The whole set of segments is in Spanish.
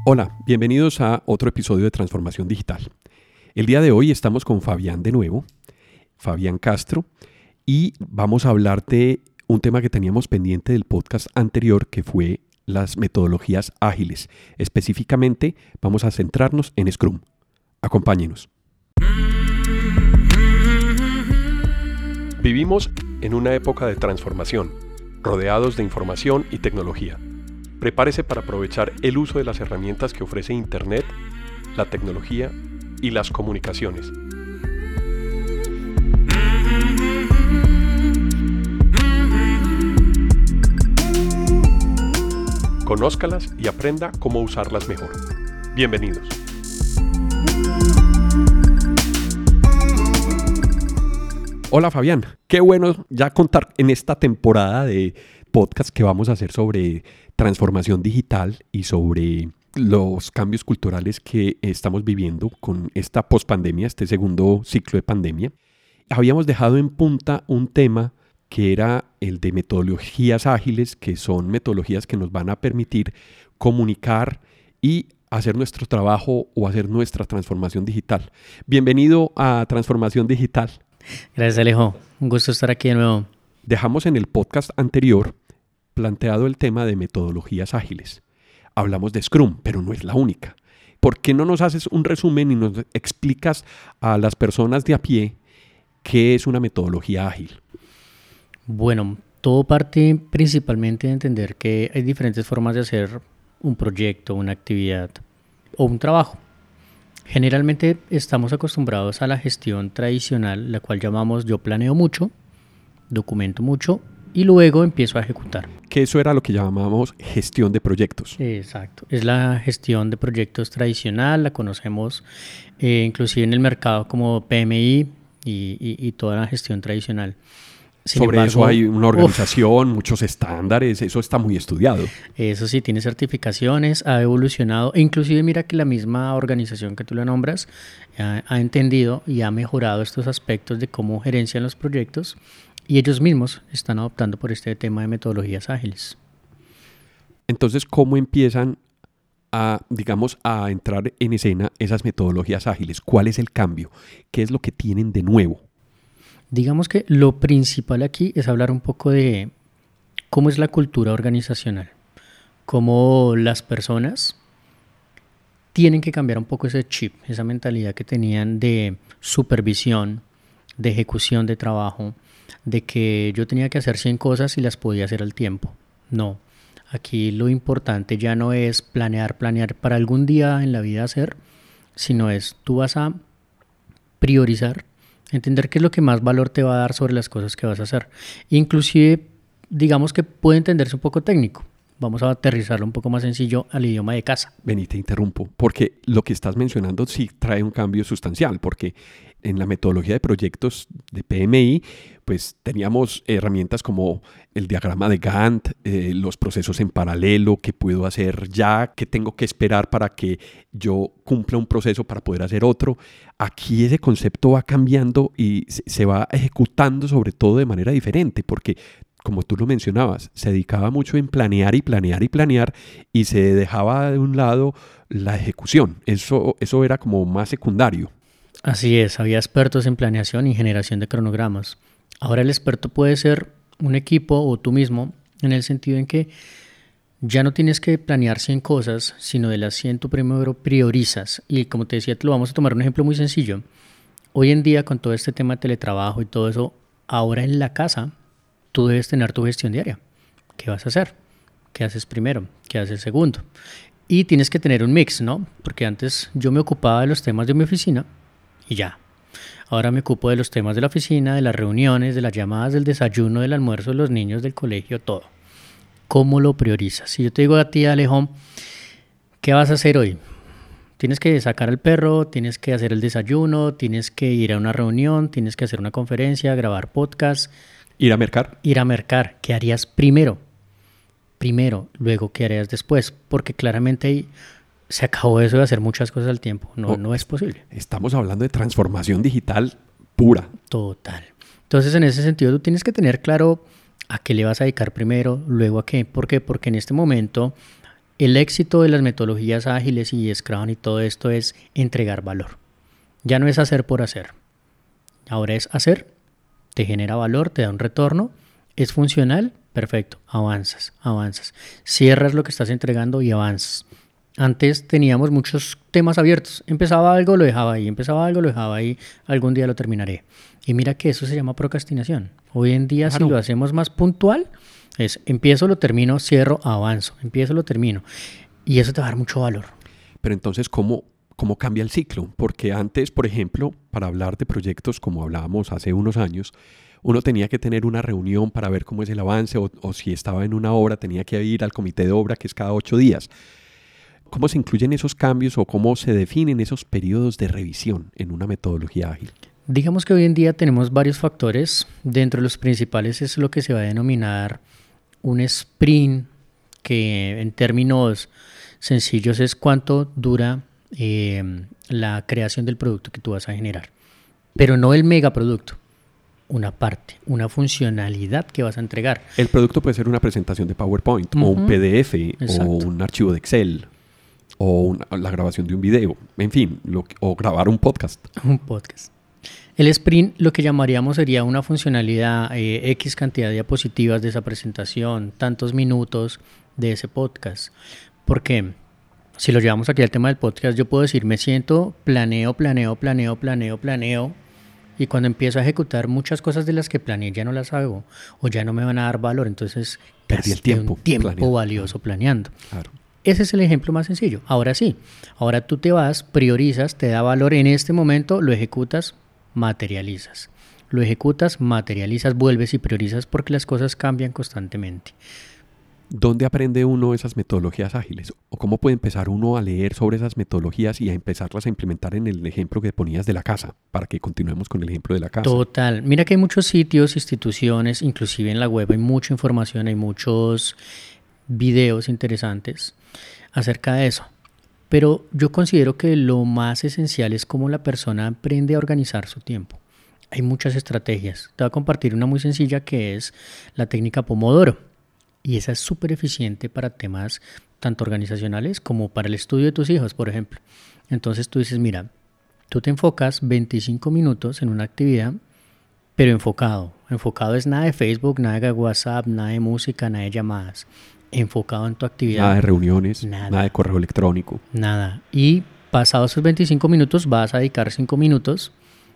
Hola, bienvenidos a otro episodio de Transformación Digital. El día de hoy estamos con Fabián de nuevo, Fabián Castro, y vamos a hablar de un tema que teníamos pendiente del podcast anterior, que fue las metodologías ágiles. Específicamente, vamos a centrarnos en Scrum. Acompáñenos. Vivimos en una época de transformación, rodeados de información y tecnología. Prepárese para aprovechar el uso de las herramientas que ofrece Internet, la tecnología y las comunicaciones. Conózcalas y aprenda cómo usarlas mejor. Bienvenidos. Hola Fabián, qué bueno ya contar en esta temporada de podcast que vamos a hacer sobre transformación digital y sobre los cambios culturales que estamos viviendo con esta pospandemia, este segundo ciclo de pandemia. Habíamos dejado en punta un tema que era el de metodologías ágiles, que son metodologías que nos van a permitir comunicar y hacer nuestro trabajo o hacer nuestra transformación digital. Bienvenido a Transformación Digital. Gracias, Alejo. Un gusto estar aquí de nuevo. Dejamos en el podcast anterior planteado el tema de metodologías ágiles. Hablamos de Scrum, pero no es la única. ¿Por qué no nos haces un resumen y nos explicas a las personas de a pie qué es una metodología ágil? Bueno, todo parte principalmente de entender que hay diferentes formas de hacer un proyecto, una actividad o un trabajo. Generalmente estamos acostumbrados a la gestión tradicional, la cual llamamos yo planeo mucho, documento mucho y luego empiezo a ejecutar. Que eso era lo que llamábamos gestión de proyectos. Exacto, es la gestión de proyectos tradicional, la conocemos inclusive en el mercado como PMI y toda la gestión tradicional. Sobre eso hay una organización, muchos estándares, eso está muy estudiado. Eso sí, tiene certificaciones, ha evolucionado, e inclusive mira que la misma organización que tú la nombras ha entendido y ha mejorado estos aspectos de cómo gerencian los proyectos y ellos mismos están adoptando por este tema de metodologías ágiles. Entonces, ¿cómo empiezan a entrar en escena esas metodologías ágiles? ¿Cuál es el cambio? ¿Qué es lo que tienen de nuevo? Digamos que lo principal aquí es hablar un poco de cómo es la cultura organizacional, cómo las personas tienen que cambiar un poco ese chip, esa mentalidad que tenían de supervisión, de ejecución de trabajo, de que yo tenía que hacer 100 cosas y las podía hacer al tiempo. No, aquí lo importante ya no es planear para algún día en la vida hacer, sino es tú vas a priorizar, entender qué es lo que más valor te va a dar sobre las cosas que vas a hacer. Inclusive, digamos que puede entenderse un poco técnico. Vamos a aterrizarlo un poco más sencillo al idioma de casa. Vení, te interrumpo, porque lo que estás mencionando sí trae un cambio sustancial, porque en la metodología de proyectos de PMI, pues teníamos herramientas como el diagrama de Gantt, los procesos en paralelo, qué puedo hacer ya, qué tengo que esperar para que yo cumpla un proceso para poder hacer otro. Aquí ese concepto va cambiando y se va ejecutando sobre todo de manera diferente, porque como tú lo mencionabas, se dedicaba mucho en planear y se dejaba de un lado la ejecución. Eso era como más secundario. Así es, había expertos en planeación y generación de cronogramas. Ahora el experto puede ser un equipo o tú mismo, en el sentido en que ya no tienes que planear 100 cosas, sino de las 100 tú primero priorizas. Y como te decía, te lo vamos a tomar un ejemplo muy sencillo. Hoy en día, con todo este tema de teletrabajo y todo eso, ahora en la casa, tú debes tener tu gestión diaria. ¿Qué vas a hacer? ¿Qué haces primero? ¿Qué haces segundo? Y tienes que tener un mix, ¿no? Porque antes yo me ocupaba de los temas de mi oficina y ya. Ahora me ocupo de los temas de la oficina, de las reuniones, de las llamadas, del desayuno, del almuerzo, de los niños, del colegio, todo. ¿Cómo lo priorizas? Si yo te digo a ti, Alejo, ¿qué vas a hacer hoy? Tienes que sacar al perro, tienes que hacer el desayuno, tienes que ir a una reunión, tienes que hacer una conferencia, grabar podcast. ¿Ir a mercar? Ir a mercar. ¿Qué harías primero? Luego, ¿qué harías después? Porque claramente ahí se acabó eso de hacer muchas cosas al tiempo. No es posible. Estamos hablando de transformación digital pura. Total. Entonces, en ese sentido, tú tienes que tener claro a qué le vas a dedicar primero, luego a qué. ¿Por qué? Porque en este momento el éxito de las metodologías ágiles y Scrum y todo esto es entregar valor. Ya no es hacer por hacer. Ahora es hacer, te genera valor, te da un retorno, es funcional, perfecto, avanzas. Cierras lo que estás entregando y avanzas. Antes teníamos muchos temas abiertos. Empezaba algo, lo dejaba ahí, algún día lo terminaré. Y mira que eso se llama procrastinación. Hoy en día, claro, si lo hacemos más puntual, es empiezo, lo termino, cierro, avanzo, empiezo, lo termino. Y eso te va a dar mucho valor. Pero entonces, ¿cómo cambia el ciclo? Porque antes, por ejemplo, para hablar de proyectos como hablábamos hace unos años, uno tenía que tener una reunión para ver cómo es el avance o si estaba en una obra tenía que ir al comité de obra que es cada 8 días. ¿Cómo se incluyen esos cambios o cómo se definen esos periodos de revisión en una metodología ágil? Digamos que hoy en día tenemos varios factores. Dentro de los principales es lo que se va a denominar un sprint, que en términos sencillos es cuánto dura la creación del producto que tú vas a generar. Pero no el megaproducto, una parte, una funcionalidad que vas a entregar. El producto puede ser una presentación de PowerPoint o un PDF. Exacto. O un archivo de Excel o la grabación de un video, en fin, o grabar un podcast. Un podcast. El sprint lo que llamaríamos sería una funcionalidad, X cantidad de diapositivas de esa presentación, tantos minutos de ese podcast. Porque si lo llevamos aquí al tema del podcast, yo puedo decir, me siento, planeo, y cuando empiezo a ejecutar muchas cosas de las que planeé ya no las hago o ya no me van a dar valor, entonces perdí el tiempo, un tiempo valioso planeando. Claro. Ese es el ejemplo más sencillo. Ahora sí, ahora tú te vas, priorizas, te da valor en este momento, lo ejecutas, materializas. Lo ejecutas, materializas, vuelves y priorizas porque las cosas cambian constantemente. ¿Dónde aprende uno esas metodologías ágiles? ¿O cómo puede empezar uno a leer sobre esas metodologías y a empezarlas a implementar en el ejemplo que ponías de la casa? Para que continuemos con el ejemplo de la casa. Total. Mira que hay muchos sitios, instituciones, inclusive en la web hay mucha información, hay muchos videos interesantes acerca de eso. Pero yo considero que lo más esencial es cómo la persona aprende a organizar su tiempo. Hay muchas estrategias. Te voy a compartir una muy sencilla que es la técnica Pomodoro. Y esa es súper eficiente para temas tanto organizacionales como para el estudio de tus hijos, por ejemplo. Entonces tú dices, mira, tú te enfocas 25 minutos en una actividad, pero enfocado. Enfocado es nada de Facebook, nada de WhatsApp, nada de música, nada de llamadas. Enfocado en tu actividad. Nada de reuniones, nada de correo electrónico. Nada. Y pasados esos 25 minutos vas a dedicar 5 minutos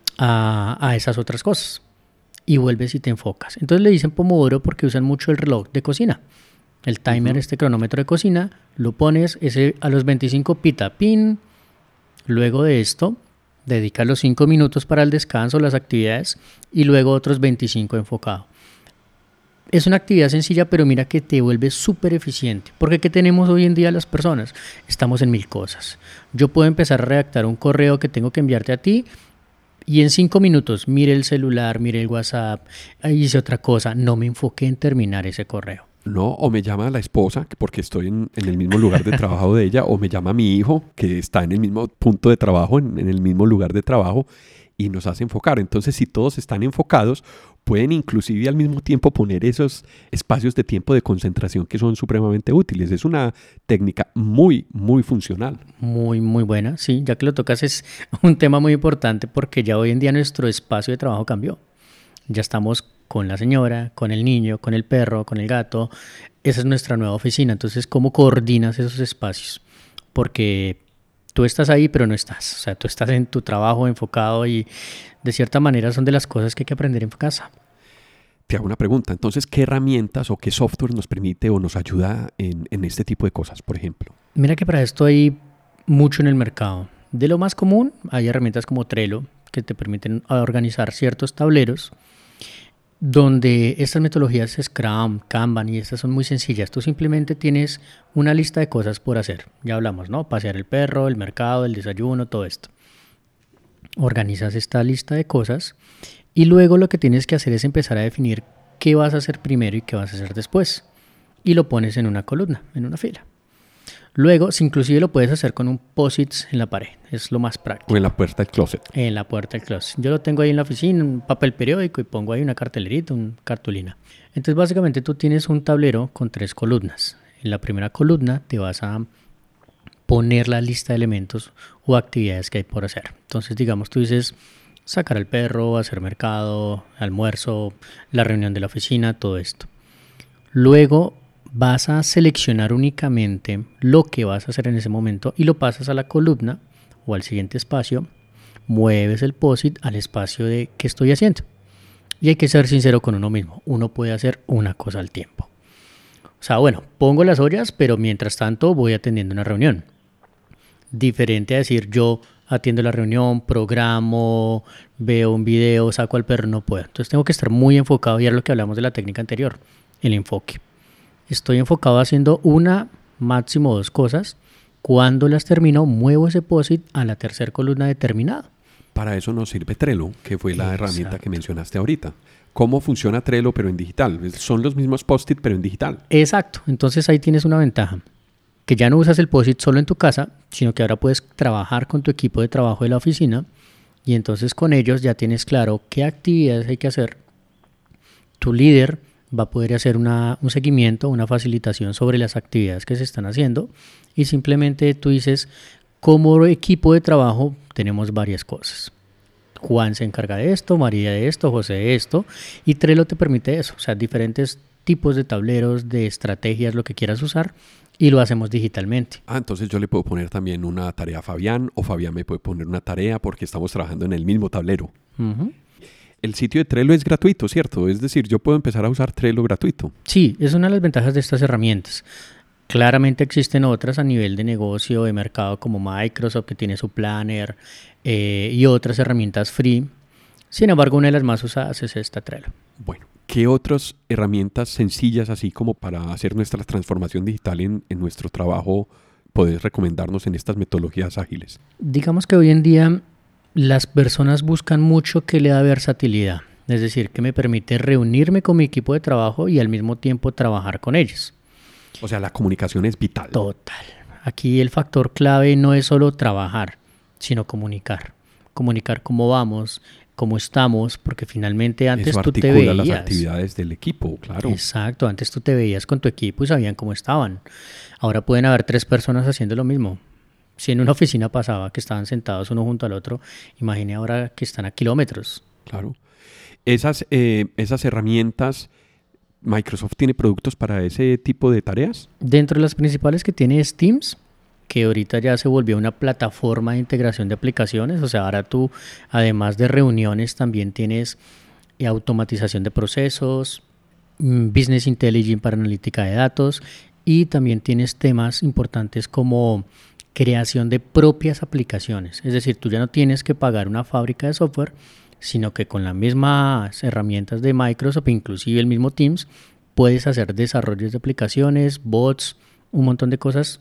a esas otras cosas. Y vuelves y te enfocas. Entonces le dicen Pomodoro porque usan mucho el reloj de cocina. El timer, este cronómetro de cocina, lo pones, ese a los 25 pita, pin. Luego de esto, dedicas los 5 minutos para el descanso, las actividades, y luego otros 25 enfocado. Es una actividad sencilla, pero mira que te vuelve súper eficiente. Porque ¿qué tenemos hoy en día las personas? Estamos en 1000 cosas. Yo puedo empezar a redactar un correo que tengo que enviarte a ti, y en 5 minutos mire el celular, mire el WhatsApp, hice otra cosa, no me enfoqué en terminar ese correo. No, o me llama la esposa, porque estoy en el mismo lugar de trabajo de ella, o me llama mi hijo, que está en el mismo punto de trabajo, en el mismo lugar de trabajo, y nos hace enfocar. Entonces, si todos están enfocados, pueden inclusive al mismo tiempo poner esos espacios de tiempo de concentración que son supremamente útiles. Es una técnica muy, muy funcional. Muy, muy buena, sí. Ya que lo tocas es un tema muy importante porque ya hoy en día nuestro espacio de trabajo cambió. Ya estamos con la señora, con el niño, con el perro, con el gato. Esa es nuestra nueva oficina. Entonces, ¿cómo coordinas esos espacios? Porque tú estás ahí, pero no estás. O sea, tú estás en tu trabajo enfocado y de cierta manera son de las cosas que hay que aprender en casa. Te hago una pregunta. Entonces, ¿qué herramientas o qué software nos permite o nos ayuda en este tipo de cosas, por ejemplo? Mira que para esto hay mucho en el mercado. De lo más común, hay herramientas como Trello que te permiten organizar ciertos tableros donde estas metodologías Scrum, Kanban y estas son muy sencillas. Tú simplemente tienes una lista de cosas por hacer. Ya hablamos, ¿no? Pasear el perro, el mercado, el desayuno, todo esto. Organizas esta lista de cosas y luego lo que tienes que hacer es empezar a definir qué vas a hacer primero y qué vas a hacer después. Y lo pones en una columna, en una fila. Luego, si inclusive lo puedes hacer con un post-its en la pared, es lo más práctico. O en la puerta del closet. En la puerta del closet. Yo lo tengo ahí en la oficina, un papel periódico y pongo ahí una cartelerita, una cartulina. Entonces, básicamente tú tienes un tablero con 3 columnas. En la primera columna te vas a poner la lista de elementos o actividades que hay por hacer. Entonces, digamos, tú dices sacar al perro, hacer mercado, almuerzo, la reunión de la oficina, todo esto. Luego vas a seleccionar únicamente lo que vas a hacer en ese momento y lo pasas a la columna o al siguiente espacio, mueves el POSIT al espacio de qué estoy haciendo. Y hay que ser sincero con uno mismo, uno puede hacer una cosa al tiempo. O sea, bueno, pongo las ollas, pero mientras tanto voy atendiendo una reunión. Diferente a decir yo atiendo la reunión, programo, veo un video, saco al perro, no puedo. Entonces tengo que estar muy enfocado y era lo que hablamos de la técnica anterior, el enfoque. Estoy enfocado haciendo una, máximo dos cosas. Cuando las termino, muevo ese POSIT a la tercera columna determinada. Para eso nos sirve Trello, que fue la herramienta que mencionaste ahorita. ¿Cómo funciona Trello pero en digital? Son los mismos post-it pero en digital. Exacto. Entonces ahí tienes una ventaja. Que ya no usas el POSIT solo en tu casa, sino que ahora puedes trabajar con tu equipo de trabajo de la oficina y entonces con ellos ya tienes claro qué actividades hay que hacer. Tu líder va a poder hacer un seguimiento, una facilitación sobre las actividades que se están haciendo y simplemente tú dices, como equipo de trabajo tenemos varias cosas. Juan se encarga de esto, María de esto, José de esto y Trello te permite eso, o sea, diferentes tipos de tableros, de estrategias, lo que quieras usar. Y lo hacemos digitalmente. Entonces yo le puedo poner también una tarea a Fabián o Fabián me puede poner una tarea porque estamos trabajando en el mismo tablero. Uh-huh. El sitio de Trello es gratuito, ¿cierto? Es decir, yo puedo empezar a usar Trello gratuito. Sí, es una de las ventajas de estas herramientas. Claramente existen otras a nivel de negocio, de mercado como Microsoft que tiene su Planner y otras herramientas free. Sin embargo, una de las más usadas es esta Trello. Bueno. ¿Qué otras herramientas sencillas, así como para hacer nuestra transformación digital en nuestro trabajo, podés recomendarnos en estas metodologías ágiles? Digamos que hoy en día las personas buscan mucho que le da versatilidad, es decir, que me permite reunirme con mi equipo de trabajo y al mismo tiempo trabajar con ellos. O sea, la comunicación es vital. Total. Aquí el factor clave no es solo trabajar, sino comunicar. Comunicar cómo vamos, cómo estamos, porque finalmente antes eso tú te veías. las actividades del equipo, claro. Exacto, antes tú te veías con tu equipo y sabían cómo estaban. Ahora pueden haber 3 personas haciendo lo mismo. Si en una oficina pasaba que estaban sentados uno junto al otro, imagine ahora que están a kilómetros. Claro. Esas herramientas, ¿Microsoft tiene productos para ese tipo de tareas? Dentro de las principales que tiene es Teams, que ahorita ya se volvió una plataforma de integración de aplicaciones. O sea, ahora tú, además de reuniones, también tienes automatización de procesos, Business Intelligence para analítica de datos y también tienes temas importantes como creación de propias aplicaciones. Es decir, tú ya no tienes que pagar una fábrica de software, sino que con las mismas herramientas de Microsoft, inclusive el mismo Teams, puedes hacer desarrollos de aplicaciones, bots, un montón de cosas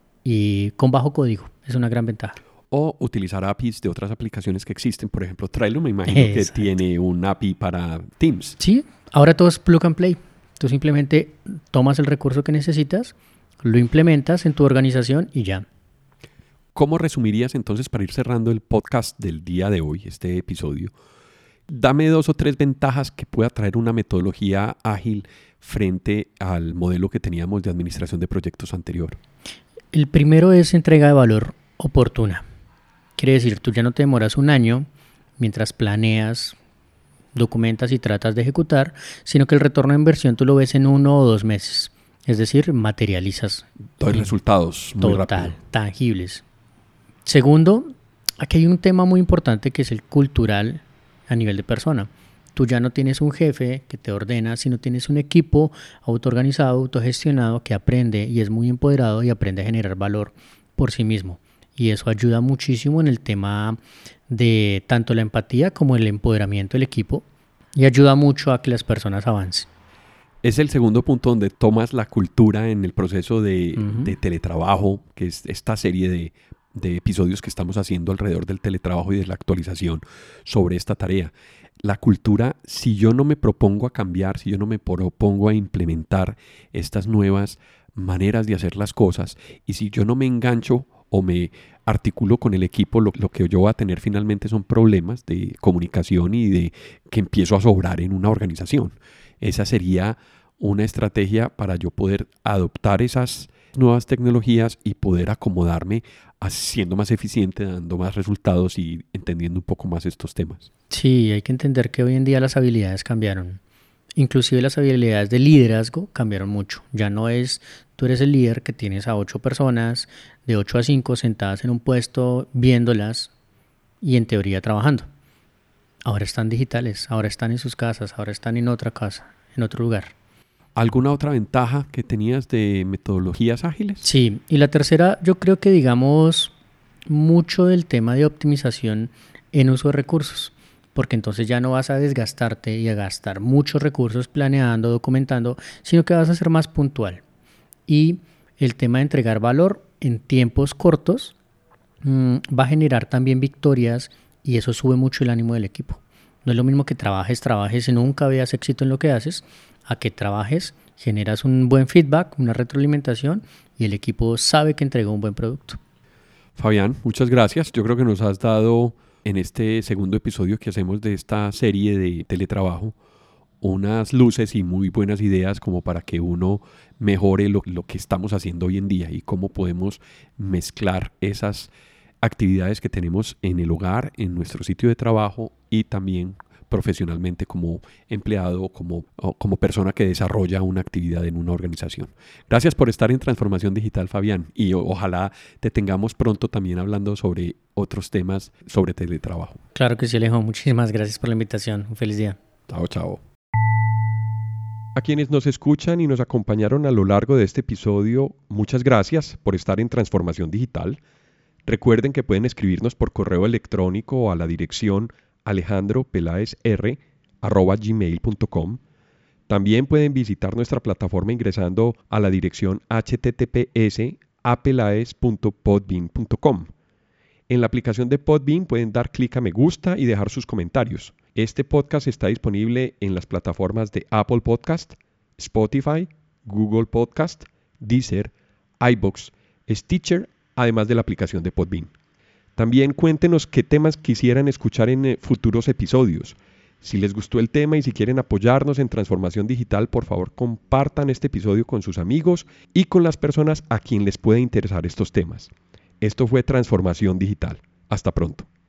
y con bajo código. Es una gran ventaja. O utilizar APIs de otras aplicaciones que existen. Por ejemplo, Trello me imagino que tiene un API para Teams. Sí, ahora todo es plug and play. Tú simplemente tomas el recurso que necesitas, lo implementas en tu organización y ya. ¿Cómo resumirías entonces, para ir cerrando el podcast del día de hoy, este episodio? Dame 2 o 3 ventajas que pueda traer una metodología ágil frente al modelo que teníamos de administración de proyectos anterior. El primero es entrega de valor oportuna. Quiere decir, tú ya no te demoras un año mientras planeas, documentas y tratas de ejecutar, sino que el retorno de inversión tú lo ves en 1 o 2 meses. Es decir, materializas. Doy resultados muy total, rápido. Tangibles. Segundo, aquí hay un tema muy importante que es el cultural a nivel de persona. Tú ya no tienes un jefe que te ordena, sino tienes un equipo autoorganizado, autogestionado que aprende y es muy empoderado y aprende a generar valor por sí mismo. Y eso ayuda muchísimo en el tema de tanto la empatía como el empoderamiento del equipo y ayuda mucho a que las personas avancen. Es el segundo punto donde tomas la cultura en el proceso de teletrabajo, que es esta serie de episodios que estamos haciendo alrededor del teletrabajo y de la actualización sobre esta tarea. La cultura, si yo no me propongo a cambiar, si yo no me propongo a implementar estas nuevas maneras de hacer las cosas y si yo no me engancho o me articulo con el equipo, lo que yo voy a tener finalmente son problemas de comunicación y de que empiezo a sobrar en una organización. Esa sería una estrategia para yo poder adoptar esas nuevas tecnologías y poder acomodarme siendo más eficiente, dando más resultados y entendiendo un poco más estos temas. Sí, hay que entender que hoy en día las habilidades cambiaron. Inclusive las habilidades de liderazgo cambiaron mucho. Ya no es tú eres el líder que tienes a 8 personas de 8 a 5 sentadas en un puesto viéndolas y en teoría trabajando. Ahora están digitales, ahora están en sus casas, ahora están en otra casa, en otro lugar. ¿Alguna otra ventaja que tenías de metodologías ágiles? Sí, y la tercera, yo creo que digamos mucho del tema de optimización en uso de recursos, porque entonces ya no vas a desgastarte y a gastar muchos recursos planeando, documentando, sino que vas a ser más puntual. Y el tema de entregar valor en tiempos cortos va a generar también victorias y eso sube mucho el ánimo del equipo. No es lo mismo que trabajes y nunca veas éxito en lo que haces, a que trabajes, generas un buen feedback, una retroalimentación y el equipo sabe que entregó un buen producto. Fabián, muchas gracias. Yo creo que nos has dado en este segundo episodio que hacemos de esta serie de teletrabajo unas luces y muy buenas ideas como para que uno mejore lo que estamos haciendo hoy en día y cómo podemos mezclar esas actividades que tenemos en el hogar, en nuestro sitio de trabajo y también profesionalmente como empleado, como persona que desarrolla una actividad en una organización. Gracias por estar en Transformación Digital, Fabián, y ojalá te tengamos pronto también hablando sobre otros temas sobre teletrabajo. Claro que sí, Alejo. Muchísimas gracias por la invitación. Un feliz día. Chao, chao. A quienes nos escuchan y nos acompañaron a lo largo de este episodio, muchas gracias por estar en Transformación Digital. Recuerden que pueden escribirnos por correo electrónico a la dirección alejandropelaesr@gmail.com. También pueden visitar nuestra plataforma ingresando a la dirección https://apelaes.podbean.com. En la aplicación de Podbean pueden dar clic a me gusta y dejar sus comentarios. Este podcast está disponible en las plataformas de Apple Podcast, Spotify, Google Podcast, Deezer, iVoox, Stitcher, además de la aplicación de Podbean. También cuéntenos qué temas quisieran escuchar en futuros episodios. Si les gustó el tema y si quieren apoyarnos en Transformación Digital, por favor compartan este episodio con sus amigos y con las personas a quien les pueda interesar estos temas. Esto fue Transformación Digital. Hasta pronto.